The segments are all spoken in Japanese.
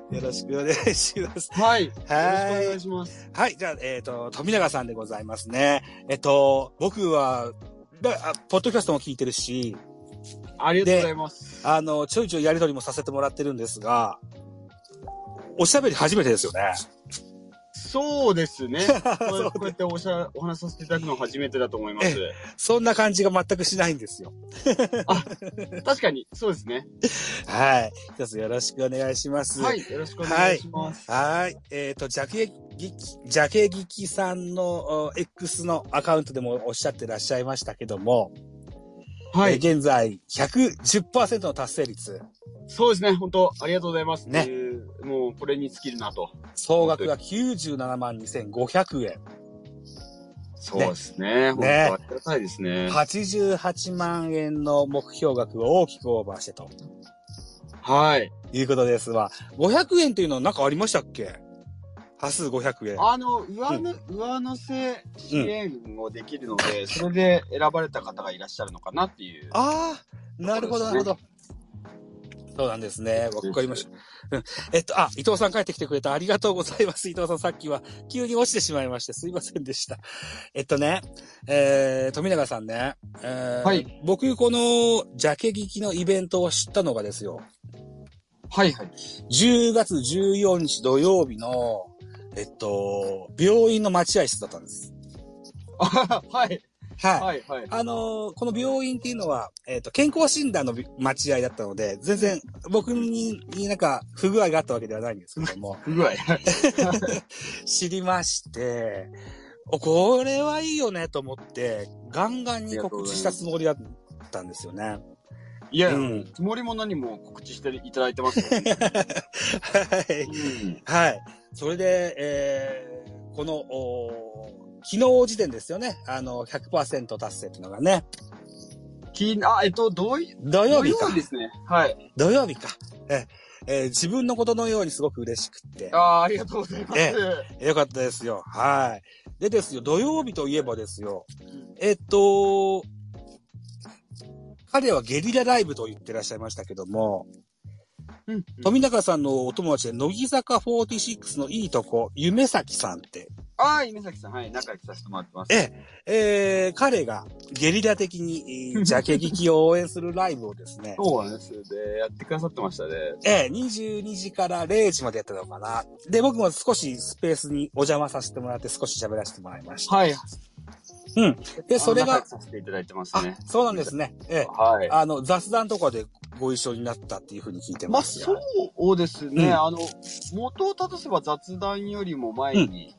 よろしくお願いします。 はい。よろしくおはい。 願いします。 はい。じゃあ、富永さんでございますね。僕は、ポッドキャストも聞いてるし、 ありがとうございます。 ちょいちょいやりとりもさせてもらってるんですが、おしゃべり初めてですよね。 そうですね。こうやってお話させていただくのは初めてだと思います。 そんな感じが全くしないんですよ。 あ、確かに、そうですね。 はい。一つよろしくお願いします。 はい、よろしくお願いします。 はい。ジャケギキさんの X のアカウントでもおっしゃってらっしゃいましたけども、 はい。 現在、110% の達成率。 そうですね、本当ありがとうございます。 ね。 もう、これに尽きるなと。 総額が97万2500円。 そうですね。本当ありがたいですね。 88万円の目標額を大きくオーバーしてと。 はい。 いうことですわ。500円っていうのは何かありましたっけ？端数500円。 上乗せ支援をできるので、それで選ばれた方がいらっしゃるのかなっていう。 ああ、なるほど、なるほど。そうなんですね。わかりました。伊藤さん帰ってきてくれた。ありがとうございます。伊藤さんさっきは急に落ちてしまいまして、すいませんでした。富永さんね。 はい。 僕、この、ジャケ聞きのイベントを知ったのがですよ。 はいはい。 10月14日土曜日の、病院の待合室だったんです。 はい。 はい。 はい。 この病院っていうのは、健康診断の待合だったので、全然僕になんか不具合があったわけではないんですけども。 不具合知りまして、これはいいよねと思って、ガンガンに告知したつもりだったんですよね。 いや、つもりも何も告知していただいてますよね。 はい。はい。それで、この、昨日時点ですよね。100% 達成っていうのがね。 土曜日か。 ですね。はい。 土曜日か。自分のことのようにすごく嬉しくって。 ありがとうございます。 よかったですよ。はい。でですよ、土曜日といえばですよ。彼はゲリラライブと言ってらっしゃいましたけども、富永さんのお友達で、乃木坂46のいいとこ、夢咲さんって。 夢咲さん、はい、仲良くさせてもらってます。 彼がゲリラ的に、ジャケ聞きを応援するライブをですね。 そうなんです。で、やってくださってましたね。 22時から0時までやってたのかな。で、僕も少しスペースにお邪魔させてもらって少し喋らせてもらいました。 はい。 で、それが。 させていただいてますね。 そうなんですね。 はい。 雑談とかでご一緒になったっていうふうに聞いてます。 そうですね。元を正せば雑談よりも前に、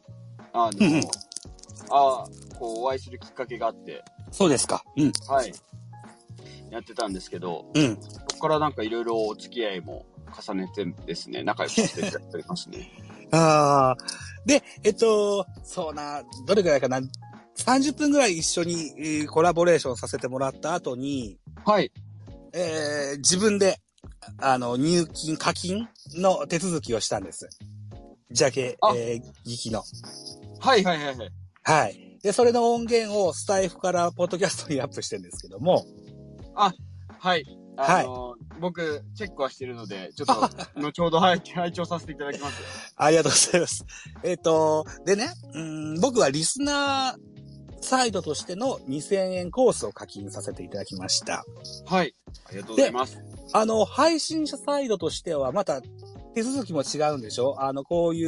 お会いするきっかけがあって。 そうですか。 はい。やってたんですけど、そこからなんかいろいろお付き合いも重ねてですね、仲良くしていただいておりますね。 で、そうな、どれくらいかな、30分ぐらい一緒にコラボレーションさせてもらった後に、 はい。 自分で、課金の手続きをしたんです。ジャケ、聞きの。 はい。 はい。で、それの音源をスタイフからポッドキャストにアップしてるんですけども。 はい。僕、チェックはしてるので、ちょっと、後ほど、拝聴させていただきます。 ありがとうございます。でね、僕はリスナーサイドとしての2000円コースを課金させていただきました。 はい。ありがとうございます。 配信者サイドとしては、また手続きも違うんでしょ？こういう、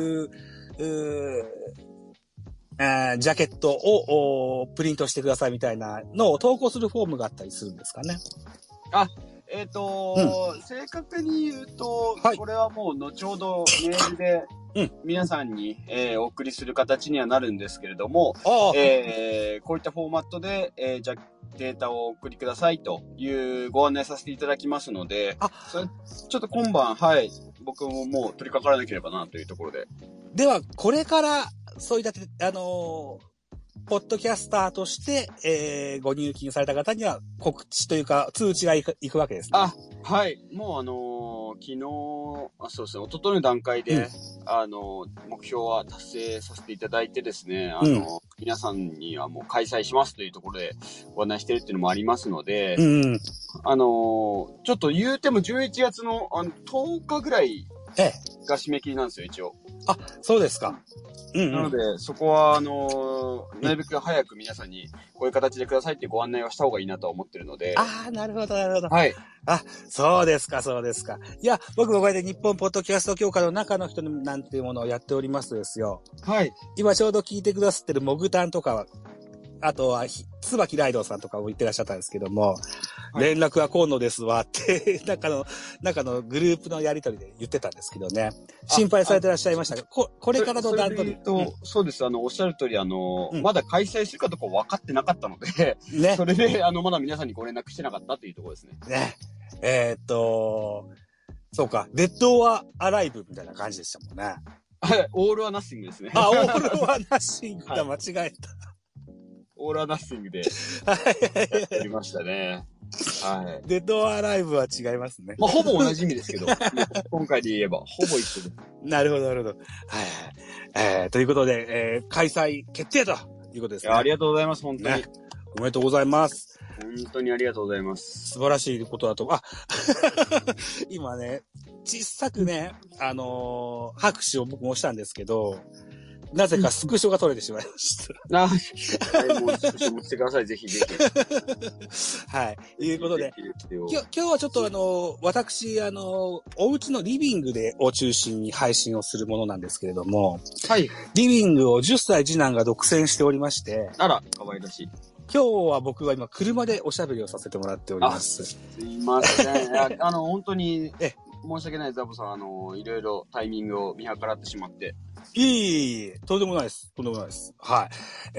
ジャケットをプリントしてくださいみたいなのを投稿するフォームがあったりするんですかね。 正確に言うと、これはもう後ほどメールで皆さんに、お送りする形にはなるんですけれども、こういったフォーマットで、データをお送りくださいというご案内させていただきますので、ちょっと今晩、僕ももう取り掛からなければなというところで。 では、これから、そういった、ポッドキャスターとして、ご入金された方には告知というか通知がいくわけですね。 はい。もう昨日、そうですね、一昨日の段階で、目標は達成させていただいてですね、皆さんにはもう開催しますというところでご案内してるっていうのもありますので、ちょっと言うても11月の10日ぐらいが締め切りなんですよ、一応。 あ、そうですか。うんうん、 なので、そこは、なるべく早く皆さんに、こういう形でくださいってご案内をした方がいいなとは思ってるので。 ああ、なるほど、なるほど。 はい。 あ、そうですか、そうですか。いや、僕もこれで日本ポッドキャスト協会の中の人なんていうものをやっておりますですよ。 はい。 今ちょうど聞いてくださってるモグタンとかは、あとは、椿ライドさんとかも言ってらっしゃったんですけども、はい、連絡は今度ですわって、中のグループのやりとりで言ってたんですけどね。心配されてらっしゃいましたが、これからの段取り。 そうです。おっしゃる通り、まだ開催するかどうか分かってなかったので、ね。それで、まだ皆さんにご連絡してなかったというところですね。 ね。そうか、デッド・オア・アライブみたいな感じでしたもんね。 はい、オール・ア・ナッシングですね。 あ、オール・ア・ナッシングだ、間違えた。 オール・ア・ナッシングで、やっておりましたね。はい。 デッド・オア・アライブは違いますね。 まあ、ほぼ同じ意味ですけど、今回で言えば、ほぼ一緒です。 なるほど、なるほど。はい。ということで、開催決定ということですね。 ありがとうございます、本当に。 ね、おめでとうございます。 本当にありがとうございます。 素晴らしいことだと。今ね、小さくね、拍手を僕もしたんですけど、なぜかスクショが取れてしまいました。 はい、もうスクショもしてください、ぜひぜひ。はい。いうことで、今日はちょっと私、お家のリビングを中心に配信をするものなんですけれども、 はい。 リビングを10歳次男が独占しておりまして、 あら、可愛らしい。 今日は僕は今車でおしゃべりをさせてもらっております。 すいません。本当に、申し訳ない、ザボさん、いろいろタイミングを見計らってしまって。 いい、とんでもないです。とんでもないです。はい。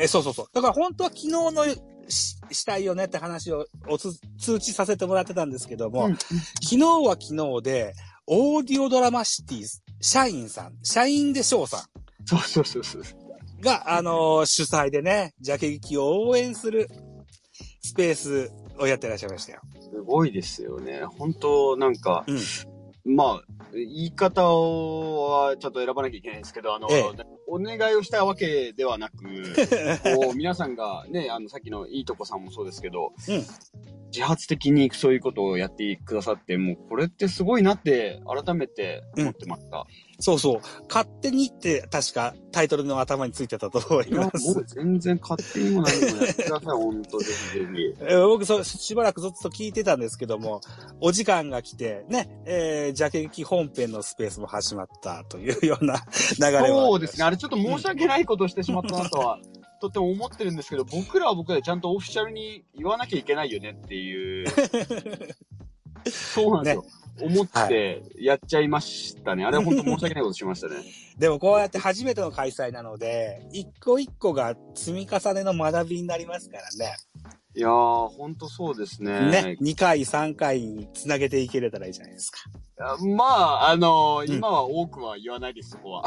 そう。だから本当は昨日のしたいよねって話を通知させてもらってたんですけども、昨日は昨日で、オーディオドラマシティ社員で翔さん。 そう。 が、主催でね、ジャケ劇を応援するスペースをやってらっしゃいましたよ。 すごいですよね。本当なんか、まあ、言い方はちょっと選ばなきゃいけないんですけど、お願いをしたわけではなく、皆さんがね、さっきのいいとこさんもそうですけど、自発的にそういうことをやってくださって、もうこれってすごいなって改めて思ってました。 そう。勝手にって確かタイトルの頭についてたと思います。 いや、もう全然勝手にも何もやってください、本当ぜひぜひ。 僕しばらくずっと聞いてたんですけども、お時間が来て、ね、ジャケ劇本編のスペースも始まったというような流れは。 そうですね。あれちょっと申し訳ないことをしてしまったなとは。とっても思ってるんですけど、僕らは僕でちゃんとオフィシャルに言わなきゃいけないよねっていう。そうなんですよ。ね、思ってやっちゃいましたね。あれは本当申し訳ないことしましたね。 でもこうやって初めての開催なので、一個一個が積み重ねの学びになりますからね。 いやー、本当そうですね。 ね、2回、3回につなげていけれたらいいじゃないですか。 まあ、今は多くは言わないです、そこは。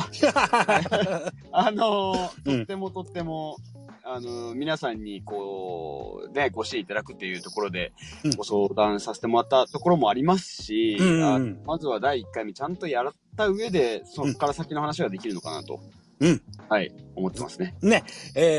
とっても、皆さんにこう、ね、ご支援いただくっていうところで、ご相談させてもらったところもありますし、まずは第1回目ちゃんとやった上で、そこから先の話ができるのかなと。はい、思ってますね。 ね、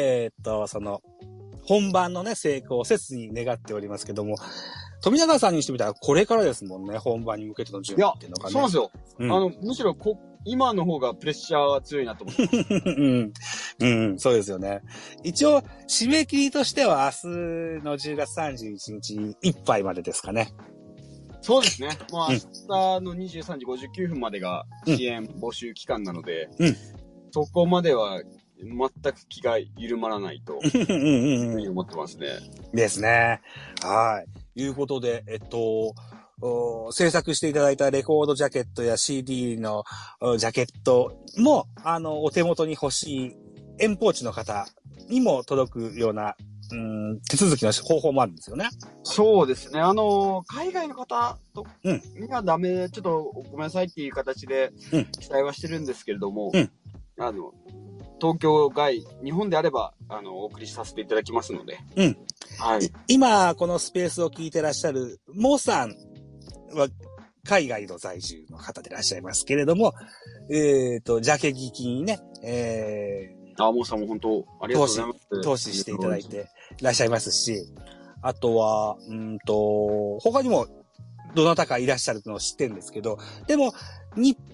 本番のね、成功を切に願っておりますけども、富永さんにしてみたらこれからですもんね、本番に向けての準備っていうのがね。 そうなんですよ。むしろ今の方がプレッシャーが強いなと思ってます。 そうですよね。一応、締め切りとしては明日の10月31日いっぱいまでですかね。 そうですね。もう明日の23時59分までが支援募集期間なので、そこまでは全く気が緩まらないと思ってますね。 ですね。はい。いうことで、制作していただいたレコードジャケットや CD のジャケットも、お手元に欲しい遠方地の方にも届くような、手続きの方法もあるんですよね。 そうですね。海外の方にはダメ、ちょっとごめんなさいっていう形で期待はしてるんですけれども、東京外、日本であれば、お送りさせていただきますので。はい。 今、このスペースを聞いてらっしゃる、モさんは、海外の在住の方でいらっしゃいますけれども、ジャケ聞きにね、 モさんも本当、ありがとうございます。 投資していただいていらっしゃいますし、あとは、他にも、どなたかいらっしゃるのを知ってるんですけど、でも、日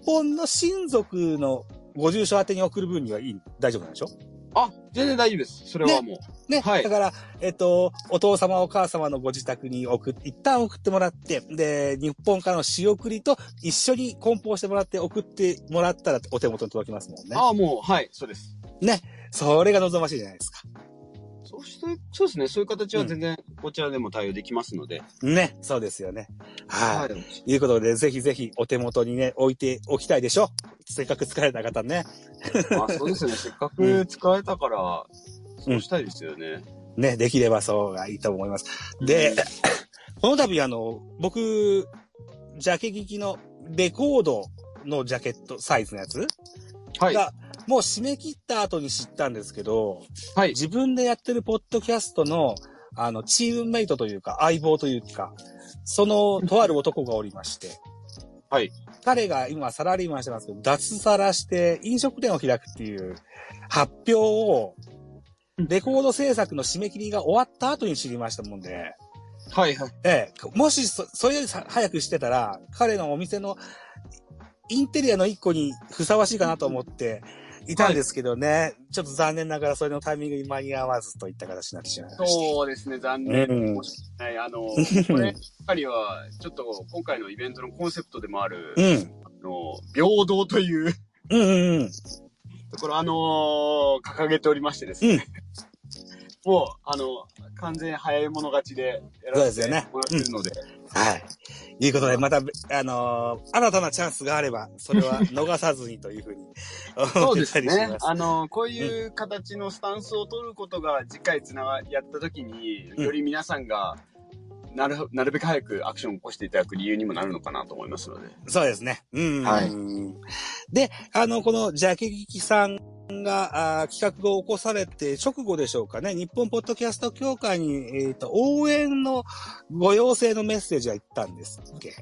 本の親族のご住所宛てに送る分に大丈夫なんでしょ？ あ、全然大丈夫です。それはもう。 ね。 はい。 だから、お父様お母様のご自宅に一旦送ってもらって、で、日本からの仕送りと一緒に梱包してもらって送ってもらったらお手元に届きますもんね。 ああ、もう、はい、そうです。 ね。それが望ましいじゃないですか。 そうですね。そういう形は全然、こちらでも対応できますので。 ね。そうですよね。はい。いうことで、ぜひぜひお手元にね、置いておきたいでしょ？せっかく疲れた方ね。 あ、そうですね。せっかく疲れたから、そうしたいですよね。 ね、できればそうがいいと思います。で、この度僕、ジャケ聞きのレコードのジャケットサイズのやつが、もう締め切った後に知ったんですけど、はい。自分でやってるポッドキャストの、チームメイトというか、相棒というか、その、とある男がおりまして、はい。彼が今サラリーマンしてますけど、脱サラして飲食店を開くっていう発表を、レコード制作の締め切りが終わった後に知りましたもんで、はいはい。もしそれより早くしてたら、彼のお店のインテリアの一個にふさわしいかなと思っていたんですけどね、はい、ちょっと残念ながらそれのタイミングに間に合わずといった形になってしまいました。そうですね、残念。はい、これ、やっぱりは、ちょっと今回のイベントのコンセプトでもある、平等という、ところ、掲げておりましてですね。もう、完全早い者勝ちでやらせてもらってるので。はい。いうことで、また、新たなチャンスがあれば、それは逃さずにというふうにそうですね。こういう形のスタンスを取ることが次回やった時に、より皆さんが、なるべく早くアクションを起こしていただく理由にもなるのかなと思いますので。 そうですね。はい。で、このジャケギキさんが企画を起こされて直後でしょうかね、日本ポッドキャスト協会に、応援のご要請のメッセージが行ったんですっけ？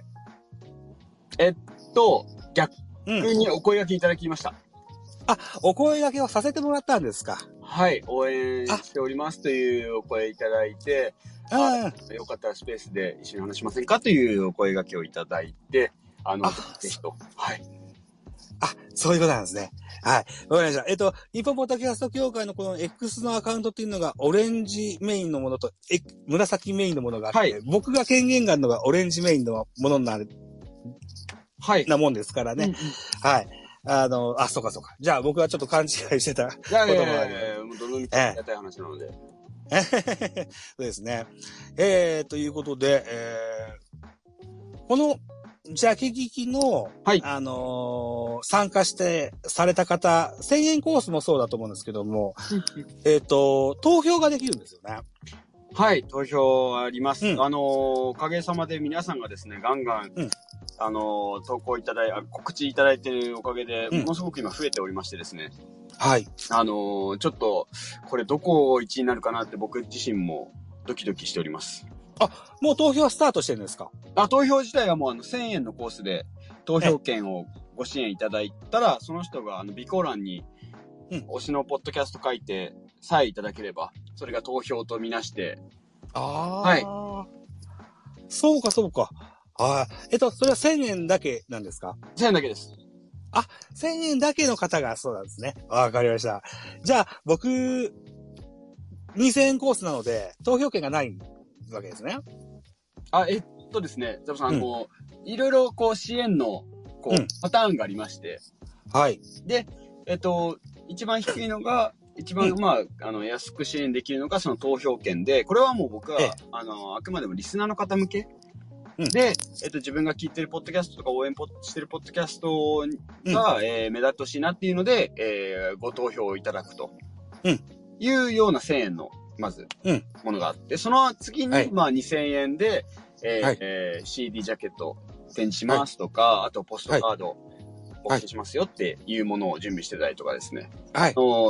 逆にお声掛けいただきました。 あ、お声掛けをさせてもらったんですか？ はい、応援しておりますというお声いただいて、よかったらスペースで一緒に話しませんかというお声掛けをいただいて、ぜひと。はい。 あ、そういうことなんですね。はい。わかりました。日本ポッドキャスト協会のこの X のアカウントっていうのがオレンジメインのものと、紫メインのものがあって、はい、僕が権限があるのがオレンジメインのものになる、はい。なもんですからね。はい。そうかそうか。じゃあ僕はちょっと勘違いしてたこともある。 もうどのみたいな話なので。 そうですね。ということで、この、ジャケ聞きの、はい、参加された方、1000円コースもそうだと思うんですけども、投票ができるんですよね。 はい、投票あります。おかげさまで皆さんがですね、ガンガン、投稿告知いただいているおかげで、ものすごく今増えておりましてですね。はい。ちょっと、これどこ1位になるかなって僕自身もドキドキしております。 あ、もう投票はスタートしてるんですか？ 投票自体はもう1000円のコースで投票券をご支援いただいたら、その人が備考欄に推しのポッドキャスト書いてさえいただければ、それが投票とみなして。 はい。そうかそうか。それは1000円だけなんですか ？1000円だけです。 あ、1000円だけの方がそうなんですね。わかりました。じゃあ、僕、2000円コースなので、投票権がないわけですね。 ですね。ザボさん、いろいろ支援の、パターンがありまして。はい。で、一番低いのが、一番、安く支援できるのがその投票権で、これはもう僕は、あくまでもリスナーの方向け。で、自分が聞いてるポッドキャストとか応援してるポッドキャストが、目立ってほしいなっていうので、ご投票いただくと。いうような1000円の、まず、ものがあって、その次に、2000円で、CD ジャケット展示しますとか、あとポストカードお付けしますよっていうものを準備してたりとかですね。はい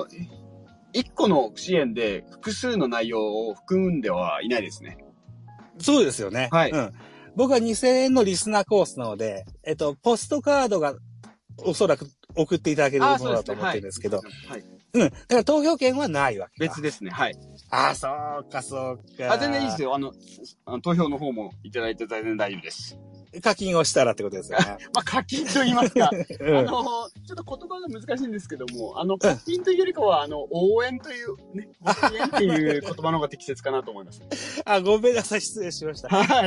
。1個の支援で複数の内容を含んではいないですね。 そうですよね。はい。僕は2000円のリスナーコースなので、ポストカードがおそらく送っていただけるものだと思ってるんですけど。はい。だから投票権はないわけ別ですね。はい。 そうか、そうか。 全然いいですよ。投票の方もいただいて全然大丈夫です。 課金をしたらってことですよね。 まあ、課金と言いますか。ちょっと言葉が難しいんですけども、課金というよりかは、応援という、ね、応援っていう言葉の方が適切かなと思います。 ごめんなさい、失礼しました。 はい。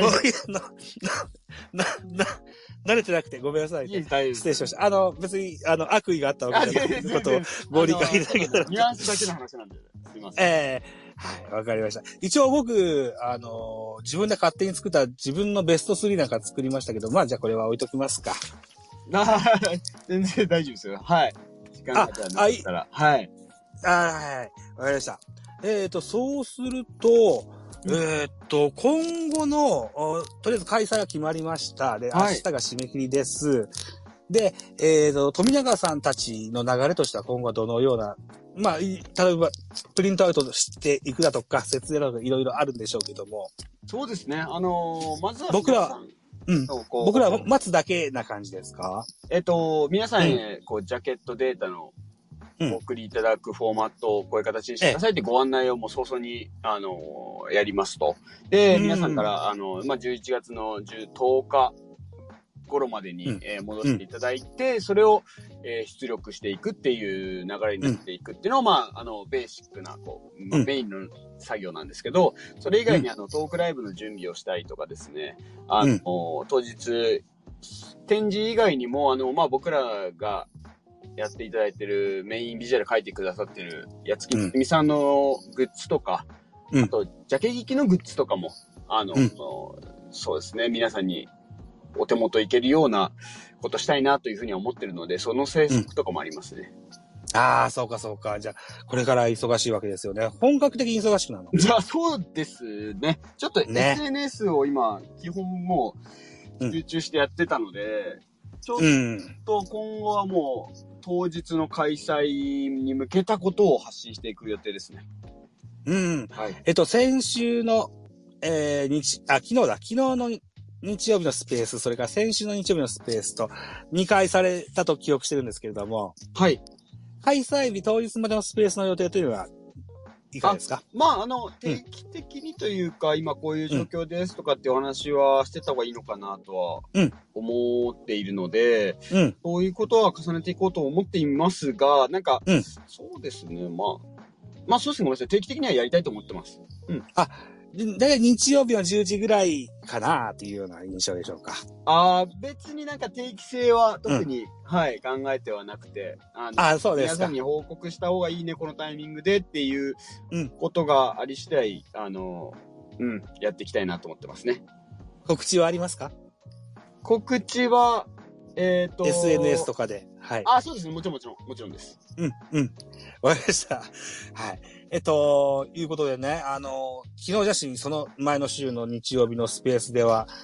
慣れてなくてごめんなさい、 ね。 失礼しました。別に、悪意があったわけじゃないことをご理解いただけたら。 ニュアンスだけの話なんで、すいません。 はい、わかりました。一応僕、自分で勝手に作った自分のベスト3なんか作りましたけど、まあじゃあこれは置いときますか。 全然大丈夫ですよ。はい。時間がじゃあなかったら。はい。 はい。わかりました。そうすると、今後の、とりあえず開催が決まりました。で、明日が締め切りです。で、富永さんたちの流れとしては今後はどのような、まあ、例えば、プリントアウトしていくだとか、設営だとかいろいろあるんでしょうけども。 そうですね。まずは僕らは待つだけな感じですか？ 皆さんへ、ジャケットデータのお送りいただくフォーマットをこういう形にしてくださいってご案内をもう早々に、やりますと。で、皆さんから、11月の10日頃までに、戻していただいて、それを、出力していくっていう流れになっていくっていうのは、ベーシックな、メインの作業なんですけど、それ以外にトークライブの準備をしたりとかですね、当日、展示以外にも、僕らがやっていただいてるメインビジュアル書いてくださってるやつきみさんのグッズとか、あと、ジャケ聞きのグッズとかも、そうですね、皆さんにお手元いけるようなことしたいなというふうには思ってるので、その制作とかもありますね。 そうかそうか。じゃあ、これから忙しいわけですよね。本格的に忙しくなるの？ じゃあ、そうですね。ちょっと SNS を今、基本もう集中してやってたので、ちょっと今後はもう当日の開催に向けたことを発信していく予定ですね。 はい。先週の、昨日の日曜日のスペース、それから先週の日曜日のスペースと2回されたと記憶してるんですけれども。 はい。 開催日当日までのスペースの予定というのはいかがですか？ 定期的にというか、今こういう状況ですとかっていうお話はしてた方がいいのかなとは思っているので、そういうことは重ねていこうと思っていますが、そうですね、そうですね、ごめんなさい、定期的にはやりたいと思ってます。 だいたい日曜日の10時ぐらいかなっていうような印象でしょうか。 別に定期性は特に、考えてはなくて、 そうですか。 皆さんに報告した方がいいね、このタイミングでっていうことがあり次第、やっていきたいなと思ってますね。 告知はありますか？ 告知は、 SNS とかで。はい。 そうですね。もちろんです。 わかりました。はい。いうことでね、昨日写真、その前の週の日曜日のスペースでは、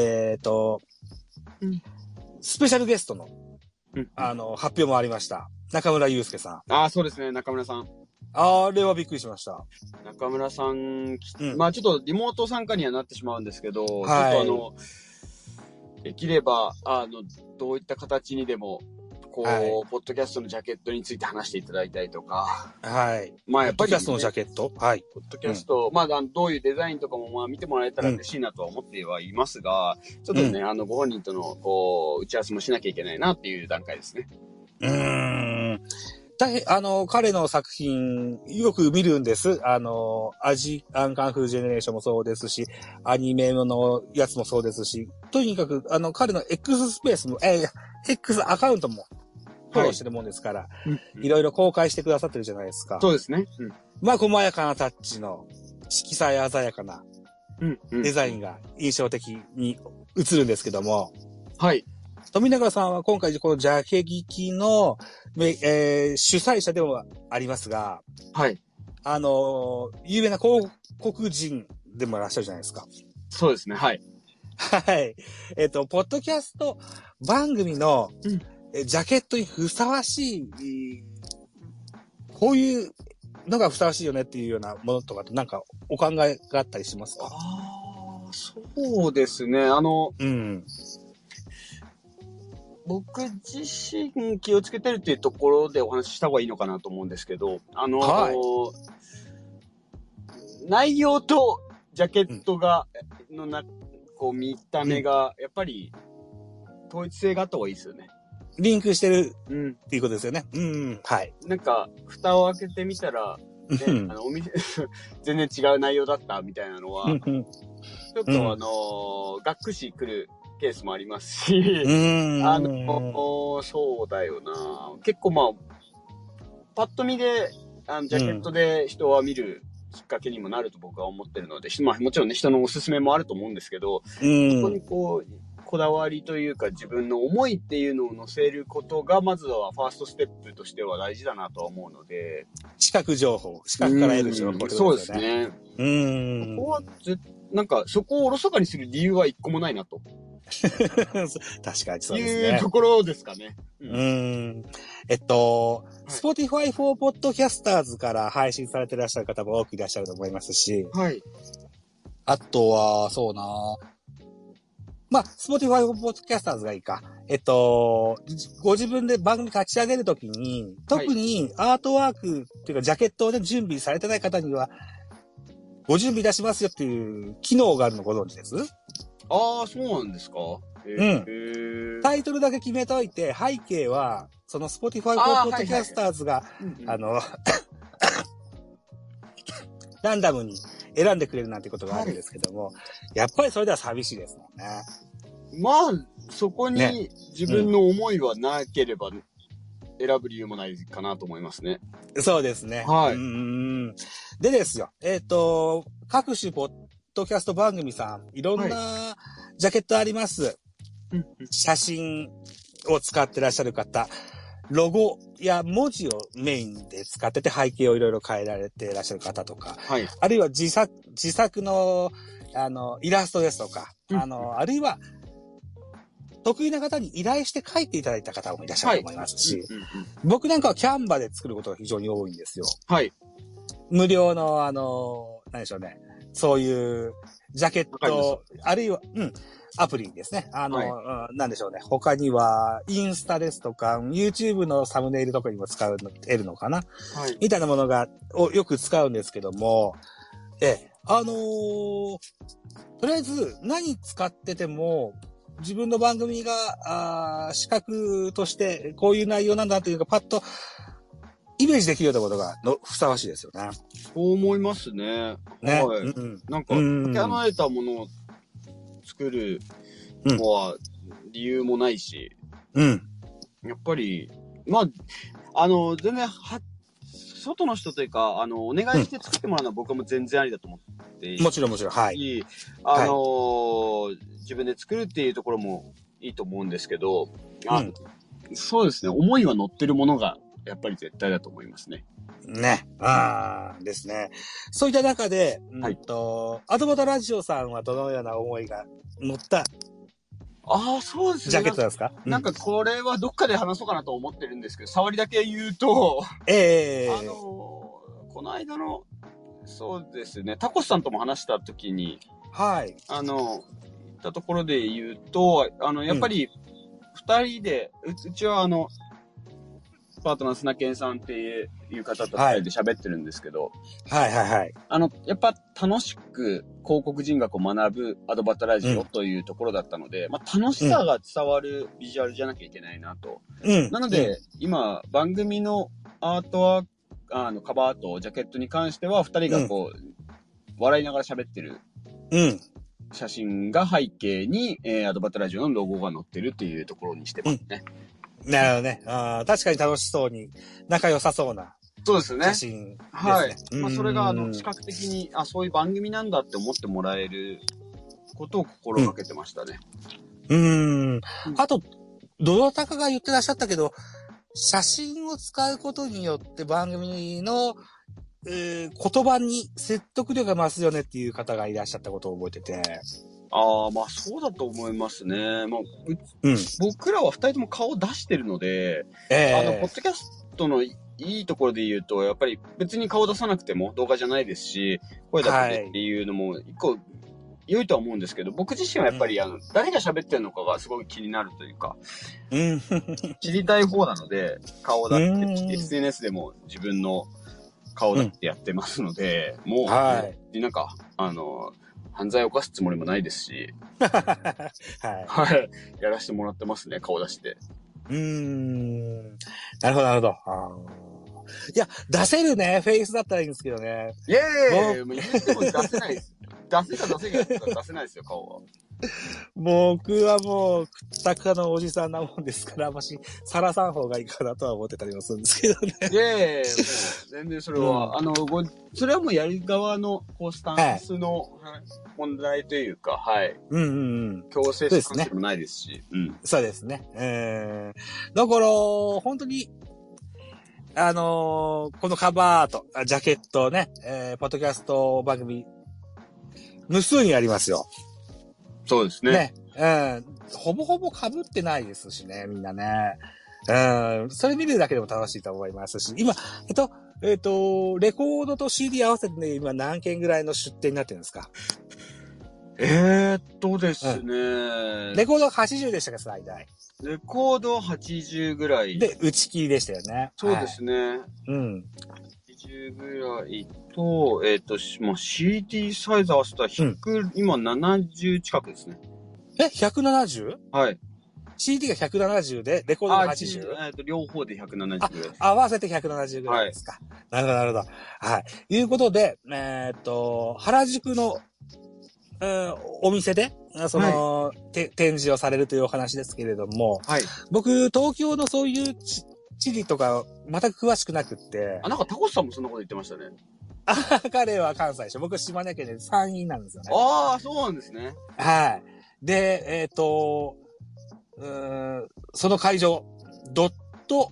スペシャルゲストの、発表もありました。中村祐介さん。そうですね、中村さん。 あれはびっくりしました。 中村さん、ちょっとリモート参加にはなってしまうんですけど、ちょっとできれば、どういった形にでも、ポッドキャストのジャケットについて話していただいたりとか。 はい。 やっぱり、 ポッドキャストのジャケット？はい。 ポッドキャスト、どういうデザインとかも見てもらえたら嬉しいなとは思ってはいますが、ちょっとね、ご本人との、打ち合わせもしなきゃいけないなっていう段階ですね。 彼の作品、よく見るんです。アジアンカンフージェネレーションもそうですし、アニメのやつもそうですし、とにかく、彼の X スペースも、X アカウントも、フォローしてるもんですから、いろいろ公開してくださってるじゃないですか。 そうですね。 細やかなタッチの、色彩鮮やかな、デザインが印象的に映るんですけども、 はい。 富永さんは今回このジャケ聞きの、主催者でもありますが、 はい。 有名な広告人でもいらっしゃるじゃないですか。 そうですね、はい。 はい。ポッドキャスト番組の、ジャケットにふさわしい、こういうのがふさわしいよねっていうようなものとかってお考えがあったりしますか？ そうですね、僕自身気をつけてるっていうところでお話しした方がいいのかなと思うんですけど、内容とジャケットが、 こう見た目が、やっぱり、統一性があった方がいいですよね。 リンクしてるっていうことですよね。はい。 なんか、蓋を開けてみたら、ね、お店、全然違う内容だったみたいなのは、ちょっとがっくし来るケースもありますし、そうだよな。結構まあ、パッと見で、ジャケットで人は見るきっかけにもなると僕は思ってるので、まあもちろんね、人のおすすめもあると思うんですけど、そこにこう、こだわりというか自分の思いっていうのを載せることが、まずはファーストステップとしては大事だなとは思うので。 視覚情報。視覚から得る情報、 そうですね。ここはなんか、そこをおろそかにする理由は一個もないなと。 確かにそうですね。 いうところですかね。 Spotify for Podcasters から配信されていらっしゃる方も多くいらっしゃると思いますし。 はい。 あとは、そうなまあ、Spotify for Podcasters がいいか。ご自分で番組立ち上げるときに、特にアートワークっていうかジャケットをね、準備されてない方には、ご準備いたしますよっていう機能があるのご存知です？ ああ、そうなんですか。 タイトルだけ決めといて、背景は、その Spotify for Podcasters が、ランダムに選んでくれるなんてことがあるんですけども、やっぱりそれでは寂しいですもんね。 まあ、そこに自分の思いはなければ、選ぶ理由もないかなと思いますね。 そうですね。 はい。 でですよ、各種ポッドキャスト番組さん、いろんなジャケットあります。写真を使ってらっしゃる方、ロゴや文字をメインで使ってて背景をいろいろ変えられていらっしゃる方とか、あるいは自作の、イラストですとか、あるいは、得意な方に依頼して書いていただいた方もいらっしゃると思いますし、僕なんかはキャンバで作ることが非常に多いんですよ。 はい。 無料の何でしょうね。そういうジャケット、あるいは、アプリですね。なんでしょうね。他には、インスタですとか、YouTube のサムネイルとかにも得るのかな、みたいなものをよく使うんですけども、とりあえず何使ってても、自分の番組が、視覚としてこういう内容なんだというか、パッとイメージできるようなことがふさわしいですよね。 そう思いますね。 ね。 はい。なんか、考えたものを作るのは理由もないし、やっぱり、まあ、全然外の人というか、お願いして作ってもらうのは僕も全然ありだと思っている。 もちろん、はい。 自分で作るっていうところもいいと思うんですけど、そうですね、思いは乗ってるものが、やっぱり絶対だと思いますね。 ね。ですね。そういった中で、アドバタラジオさんはどのような思いが乗ったそうですね。 ジャケットなんですか？ なんかこれはどっかで話そうかなと思ってるんですけど、触りだけ言うと、この間の、そうですね、タコスさんとも話したときに、言ったところで言うと、やっぱり、二人で、うちはパートナー砂健さんっていう方と二人で喋ってるんですけど、やっぱ楽しく広告人学を学ぶアドバタラジオというところだったので、楽しさが伝わるビジュアルじゃなきゃいけないなと。なので、今、番組のアートワーク、カバーアート、ジャケットに関しては、二人がこう、笑いながら喋ってる。写真が背景に、アドバタラジオのロゴが載ってるっていうところにしてますね。 なるほどね。確かに楽しそうに、仲良さそうな。 そうですね。 写真ですね。 はい。それが、視覚的に、そういう番組なんだって思ってもらえることを心がけてましたね。 あと、どなたかが言ってらっしゃったけど、写真を使うことによって番組の、言葉に説得力が増すよねっていう方がいらっしゃったことを覚えてて。 そうだと思いますね。僕らは二人とも顔を出してるので、ポッドキャストのいいところで言うと、やっぱり別に顔出さなくても動画じゃないですし、声だけでっていうのも一個良いとは思うんですけど、僕自身はやっぱり誰が喋ってるのかがすごい気になるというか、知りたい方なので、顔だって、SNS でも自分の顔だってやってますので、もう、なんか、 犯罪を犯すつもりもないですし、 はい。 はい。やらせてもらってますね、顔出して。 なるほど、なるほど。いや、出せるね、フェイスだったらいいんですけどね。 いやいやもう言っても出せないです。出せが出せないですよ、顔は。 僕はもう、くったくたのおじさんなもんですから、あんまし、さらさん方がいいかなとは思ってたりもするんですけどね。 いやいやもう、全然それは、それはもうやる側の、スタンスの、問題というか、はい。強制スタンスでもないですし。 そうですね。だから、本当に、このカバーアート、ジャケットね、ポッドキャスト番組、無数にありますよ。 そうですね。 ほぼほぼ被ってないですしね、みんなね。それ見るだけでも楽しいと思いますし、今、レコードと CD 合わせてね、今何件ぐらいの出店になってるんですか？ ですね、 レコード80でしたか、最大。 レコード80ぐらい。 で、打ち切りでしたよね。 そうですね。80ぐらいと、CD サイズ合わせたら今70近くですね。 170？ はい。 CD が170で、レコードが 80？ 両方で170ぐらいです。 合わせて170ぐらいですか。なるほど、なるほど。はい。いうことで、原宿の、お店で、展示をされるというお話ですけれども、僕、東京のそういう地理とか、全く詳しくなくって。 なんかタコスさんもそんなこと言ってましたね。 彼は関西でしょ。僕、島根県で山陰なんですよね。 そうなんですね。 はい。で、その会場、ドッ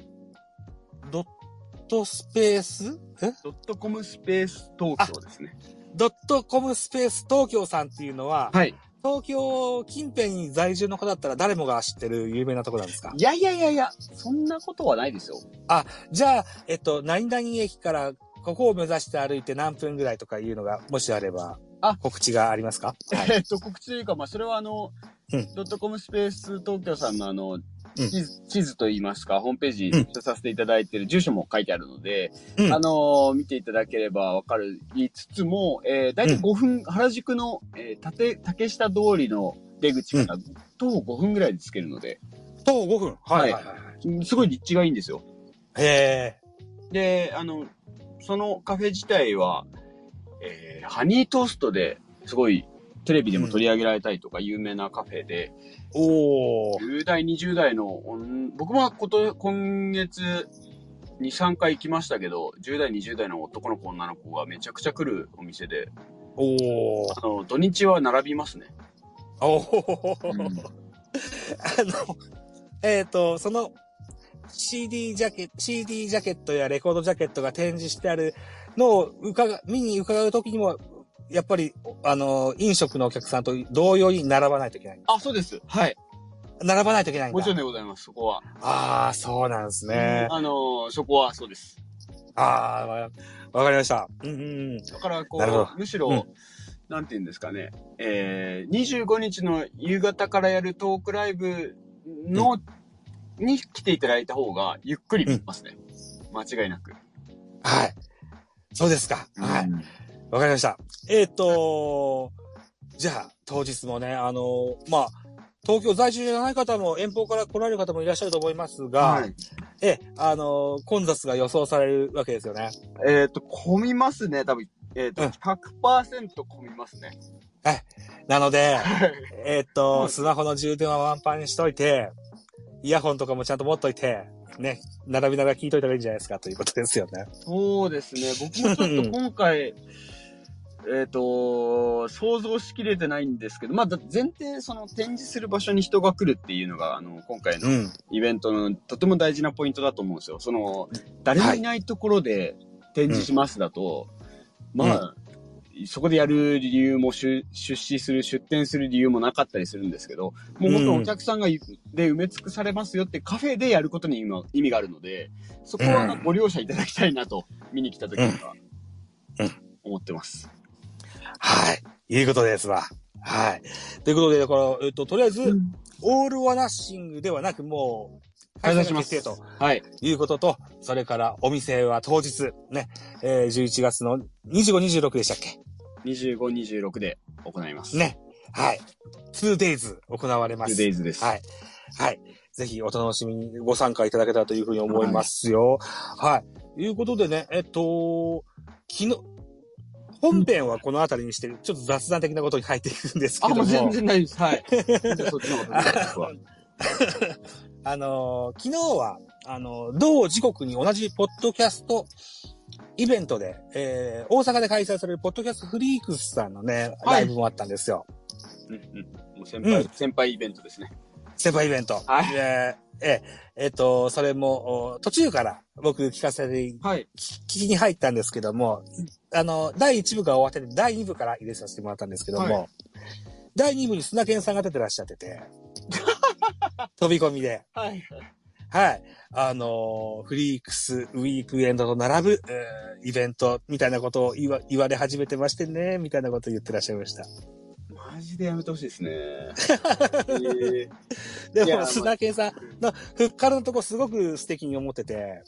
トスペース？ ドットコムスペース東京ですね。 ドットコムスペース東京さんっていうのは、東京近辺に在住の方だったら誰もが知ってる有名なところなんですか？ いや、そんなことはないですよ。 じゃあ、何々駅からここを目指して歩いて何分ぐらいとかいうのが、もしあれば、告知がありますか？ 告知というか、それはドットコムスペース東京さんの地図といいますか、ホームページにさせていただいている住所も書いてあるので、見ていただければわかりつつも、だいたい5分、原宿の、竹下通りの出口から徒歩5分ぐらいで着けるので。 徒歩5分？ すごい立地がいいんですよ。で、そのカフェ自体は、ハニートーストですごいテレビでも取り上げられたりとか有名なカフェで、10代、20代の、僕も今月2、3回行きましたけど、10代、20代の男の子、女の子がめちゃくちゃ来るお店で、土日は並びますね。 その CD ジャケットやレコードジャケットが展示してあるのを見に伺うときにも、やっぱり、飲食のお客さんと同様に並ばないといけない。 そうです。はい。 並ばないといけないんだ。 もちろんでございます、そこは。 そうなんですね。 そこはそうです。 わかりました。 だから、むしろ、なんて言うんですかね、25日の夕方からやるトークライブに来ていただいた方が、ゆっくり見ますね。間違いなく。 はい。そうですか。はい。わかりました。じゃあ、当日もね、東京在住じゃない方も、遠方から来られる方もいらっしゃると思いますが、混雑が予想されるわけですよね。 混みますね、多分。100% 混みますね。 なので、スマホの充電はワンパンにしといて、イヤホンとかもちゃんと持っといて、ね、並びながら聞いといた方がいいんじゃないですかということですよね。 そうですね。僕もちょっと今回、想像しきれてないんですけど、前提、展示する場所に人が来るっていうのが、今回のイベントのとても大事なポイントだと思うんですよ。誰もいないところで展示しますだと、そこでやる理由も出展する理由もなかったりするんですけど、もう本当お客さんがで埋め尽くされますよってカフェでやることに意味があるので、そこはご了承いただきたいなと、見に来た時には、思ってます。 はい。いうことですわ。はい。ということで、とりあえず、オール・オア・ナッシングではなく、もう、開催しますと。はい。いうことと、それから、お店は当日、ね、11月の25、26でしたっけ？ 25、26で行います。 ね。はい。2days 行われます。 2days です。 はい。はい。ぜひお楽しみにご参加いただけたらというふうに思いますよ。はい。いうことでね、昨日、本編はこのあたりにして、ちょっと雑談的なことに入っていくんですけども。 全然ないです。はい。じゃあそっちの方が昨日は、同時刻に同じポッドキャストイベントで、大阪で開催されるポッドキャストフリークスさんのね、ライブもあったんですよ。 もう先輩イベントですね。 先輩イベント。 はい。 それも、途中から僕聞かせて、聞きに入ったんですけども、第1部が終わってて、第2部から入れさせてもらったんですけども、第2部に砂健さんが出てらっしゃってて、飛び込みで。はい。フリークスウィークエンドと並ぶ、イベントみたいなことを言われ始めてましてね、みたいなことを言ってらっしゃいました。 マジでやめてほしいですね。 でも、砂健さんのふっかるのとこすごく素敵に思ってて、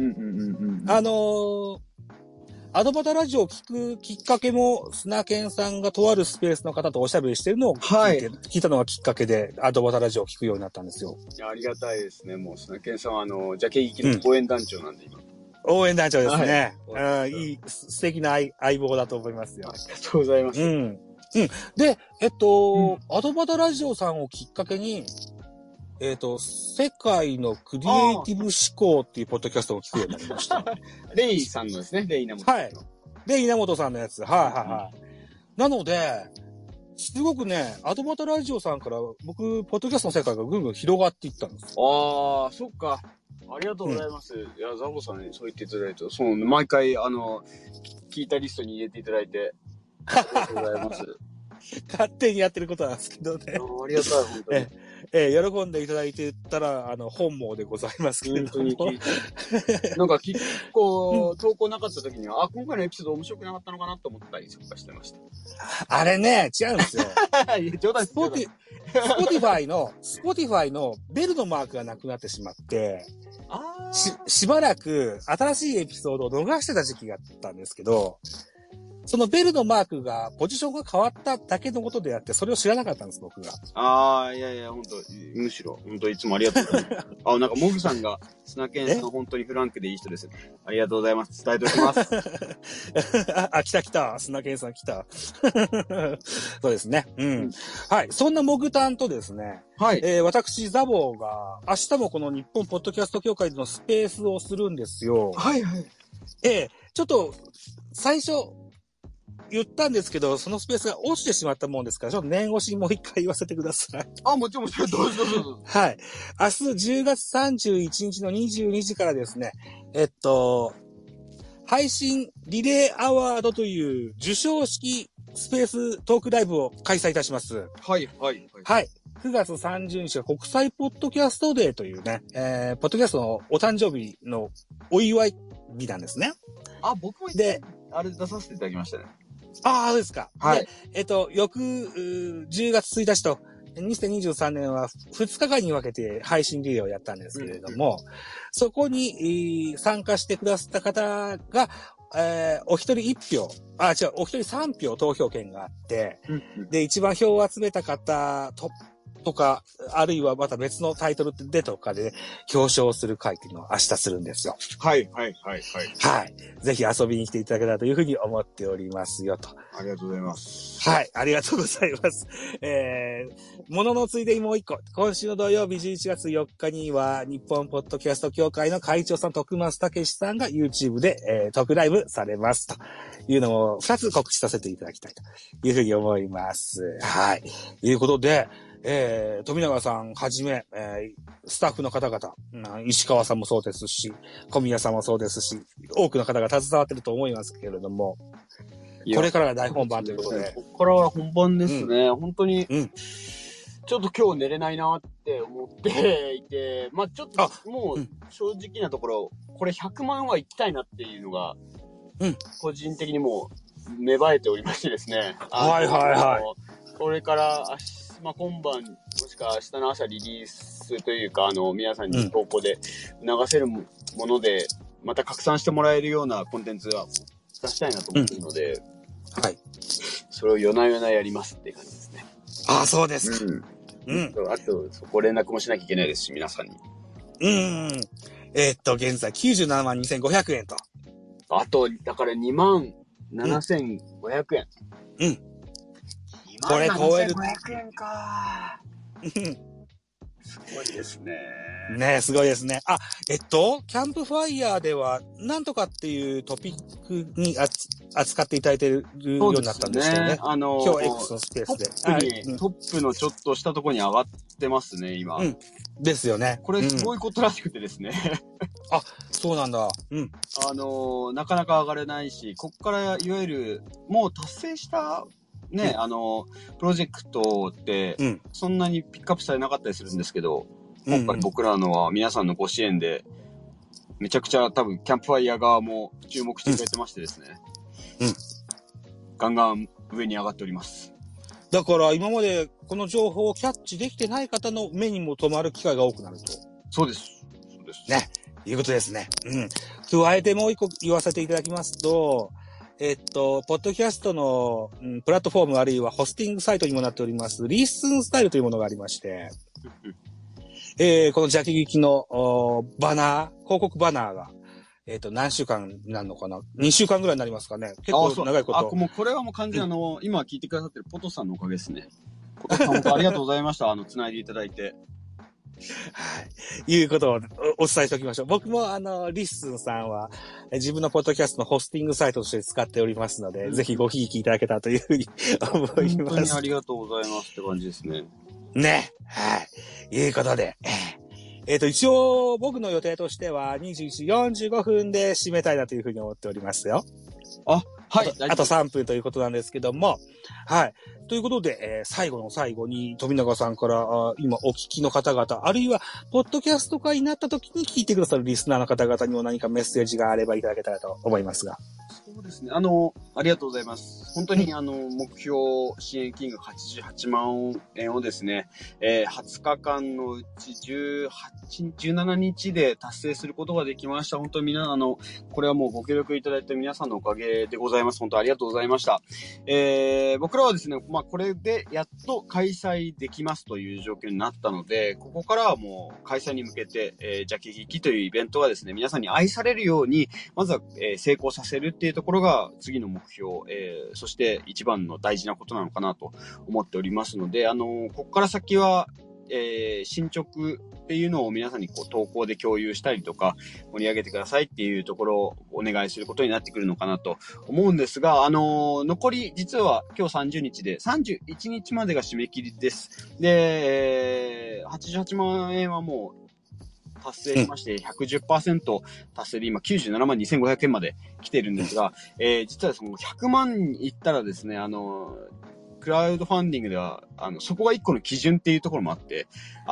アドバタラジオを聞くきっかけも、砂健さんがとあるスペースの方とおしゃべりしてるのを聞いたのがきっかけで、アドバタラジオを聞くようになったんですよ。 いや、ありがたいですね。もう砂健さんはジャケ行きの応援団長なんで、今。 応援団長ですね。いい、素敵な相棒だと思いますよ。 ありがとうございます。 で、アドバタラジオさんをきっかけに、世界のクリエイティブ思考っていうポッドキャストを聞くようになりました。 レイさんのですね、レイ稲本さんの。はい。 レイ稲本さんのやつ。はい。なので、すごくね、アドバタラジオさんから僕、ポッドキャストの世界がぐんぐん広がっていったんです。 そっか。ありがとうございます。いや、ザボさんにそう言っていただいて、毎回、聞いたリストに入れていただいて、ありがとうございます。 勝手にやってることなんですけどね。 ありがたい、本当に。 喜んでいただいてたら、本望でございますけれども。本当に。 なんか結構、投稿なかった時には、今回のエピソード面白くなかったのかなと思ったりとかしてました。 あれね、違うんですよ。 冗談です。 スポティファイのベルのマークがなくなってしまって、しばらく新しいエピソードを逃してた時期があったんですけど、そのベルのマークが、ポジションが変わっただけのことであって、それを知らなかったんです、僕が。 いや、本当むしろ、本当いつもありがとうございます。なんか、モグさんが、砂健さん本当にフランクでいい人です。ありがとうございます。伝えておきます。 来た。砂健さん来た。そうですね。はい。そんなモグタンとですね。はい。私、ザボが、明日もこの日本ポッドキャスト協会でのスペースをするんですよ。 はい。 ちょっと、最初、言ったんですけど、そのスペースが落ちてしまったもんですから、ちょっと念押しもう一回言わせてください。 もちろん、どうぞ。 はい。明日10月31日の22時からですね、配信リレーアワードという受賞式スペーストークライブを開催いたします。 はい。 はい。9月30日は国際ポッドキャストデーというね、ポッドキャストのお誕生日のお祝い日なんですね。 僕もで、あれ出させていただきましたね。 そうですか。 はい。 で、翌、10月1日と、2023年は2日間に分けて配信リレーをやったんですけれども、そこに、参加してくださった方が、お一人1票、お一人3票投票権があって、で、一番票を集めた方とか、あるいはまた別のタイトルでとかで表彰する会っていうのを明日するんですよ。 はい。 ぜひ遊びに来ていただけたらというふうに思っておりますよと。 ありがとうございます。 はい、ありがとうございます。もののついでにもう一個。今週の土曜日11月4日には、日本ポッドキャスト協会の会長さん、徳松武史さんが YouTube で、トークライブされますというのを2つ告知させていただきたいというふうに思います。はい。ということで、富永さんはじめ、スタッフの方々、石川さんもそうですし、小宮さんもそうですし、多くの方が携わっていると思いますけれども、これからが大本番ということで。 ここからは本番ですね。本当に、ちょっと今日寝れないなって思っていて、ちょっともう正直なところ、これ100万は行きたいなっていうのが、個人的にもう芽生えておりましてですね。これから今晩、もしくは明日の朝リリースというか、皆さんに投稿で流せるもので、また拡散してもらえるようなコンテンツは出したいなと思っているので、 それを夜な夜なやりますっていう感じですね。 ああ、そうですか。 うん。あと、そこ連絡もしなきゃいけないですし、皆さんに。 現在972500円と。 あと、だから27500円。 うん。これ超える。 27500円か。すごいですね。 ねえ、すごいですね。あ、キャンプファイヤーでは、なんとかっていうトピックに扱っていただいているようになったんですけどね。今日 X のスペースで。 トップのちょっとしたところに上がってますね、今。 ですよね。 これすごいことらしくてですね。 あ、そうなんだ。 なかなか上がれないし、こっからいわゆる、もう達成したね、プロジェクトって、そんなにピックアップされなかったりするんですけど、今回僕らのは皆さんのご支援で、めちゃくちゃ多分、キャンプファイヤー側も注目してくれてましてですね。ガンガン上に上がっております。 だから今までこの情報をキャッチできてない方の目にも留まる機会が多くなると。 そうです。そうです。 ね。いうことですね。加えてもう一個言わせていただきますと、ポッドキャストの、プラットフォームあるいはホスティングサイトにもなっております、リッスンスタイルというものがありまして、このジャケ劇のバナー、広告バナーが、何週間になるのかな ?2 週間ぐらいになりますかね。結構長いこと。 もうこれはもう完全に今聞いてくださってるポトさんのおかげですね。ポトさん本当ありがとうございました。繋いでいただいて。 はい。いうことをお伝えしておきましょう。僕もリッスンさんは自分のポッドキャストのホスティングサイトとして使っておりますので、ぜひごひいきいただけたらというふうに思います。 本当にありがとうございますって感じですね。 ね。はい。いうことで。一応僕の予定としては21時45分で締めたいなというふうに思っておりますよ。 はい。 あと3分ということなんですけども。はい。ということで、最後の最後に富永さんから今お聞きの方々、あるいはポッドキャスト会になった時に聞いてくださるリスナーの方々にも何かメッセージがあればいただけたらと思いますが。 そうですね。ありがとうございます。本当に目標支援金額88万円をですね、20日間のうち17日で達成することができました。本当にこれはもうご協力いただいた皆さんのおかげでございます。本当ありがとうございました。僕らはですね、これでやっと開催できますという状況になったので、ここからはもう開催に向けて、ジャケ劇というイベントがですね、皆さんに愛されるように、まずは、成功させるっていうところが次の目標、そして一番の大事なことなのかなと思っておりますので、ここから先は、進捗っていうのを皆さんに投稿で共有したりとか盛り上げてくださいっていうところをお願いすることになってくるのかなと思うんですが、残り実は今日30日で31日までが締め切りです。で、88万円はもう達成しまして、110% 達成で今97万2500円まで来てるんですが、実はその100万いったらですね、クラウドファンディングでは、そこが一個の基準っていうところもあって、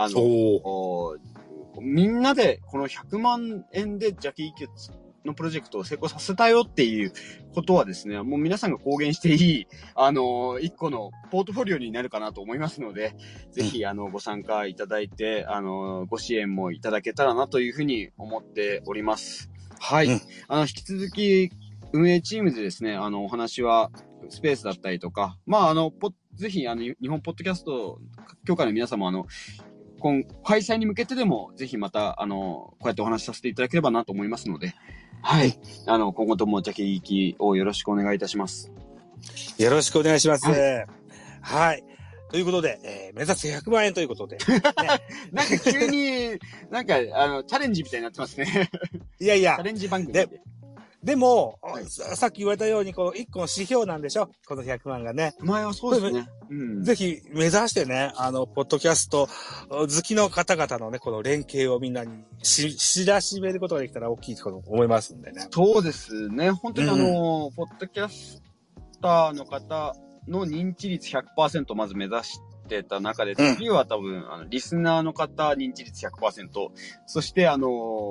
みんなでこの100万円でジャケイキのプロジェクトを成功させたよっていうことはですね、もう皆さんが公言していい、一個のポートフォリオになるかなと思いますので、ぜひ、ご参加いただいて、ご支援もいただけたらなというふうに思っております。はい。引き続き、運営チームでですね、お話は、スペースだったりとか、ぜひ、日本ポッドキャスト協会の皆様、開催に向けてでも、ぜひまた、こうやってお話しさせていただければなと思いますので、はい。今後ともジャケ聞きをよろしくお願いいたします。 よろしくお願いします。はい。ということで、目指せ100万円ということで。ね、 なんか急に、なんか、チャレンジみたいになってますね。 いやいや。 チャレンジ番組で。 でも、さっき言われたように、この1個の指標なんでしょこの100万がね。 前はそうですね。 ぜひ、目指してね、ポッドキャスト好きの方々のね、この連携をみんなに知らしめることができたら大きいと思いますんでね。 そうですね。本当にポッドキャスターの方の認知率 100% まず目指してた中で、次は多分、リスナーの方認知率 100%、そしてね、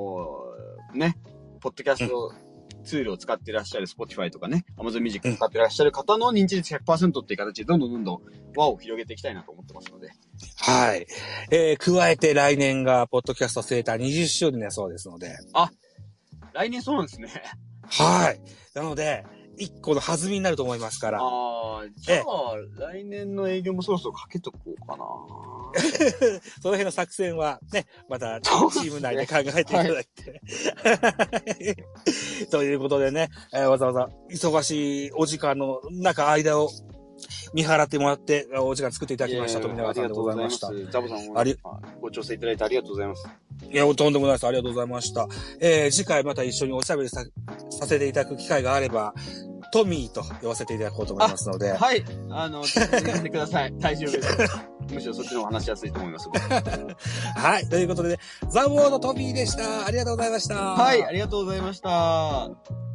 ポッドキャスト、ツールを使っていらっしゃる Spotify とかね、Amazon Music 使っていらっしゃる方の認知率 100% っていう形でどんどん輪を広げていきたいなと思ってますので。 はい。加えて来年がポッドキャスト生誕20周年だそうですので。 あ、来年そうなんですね。 はい。なので、 一個の弾みになると思いますから。 じゃあ、来年の営業もそろそろかけとこうかな。 その辺の作戦はね、またチーム内で考えていただいて。ということでね、わざわざ忙しいお時間の間を見払ってもらって、お時間作っていただきました富永さんでございました。 ザボさんご調整いただいてありがとうございます。 いや、とんでもないです。ありがとうございました。次回また一緒におしゃべりさせていただく機会があれば、トミーと呼ばせていただこうと思いますので。 はい。呼んでください。大丈夫です。むしろそっちの方が話しやすいと思います。 はい。ということで、ザボーのトミーでした。ありがとうございました。 はい。ありがとうございました。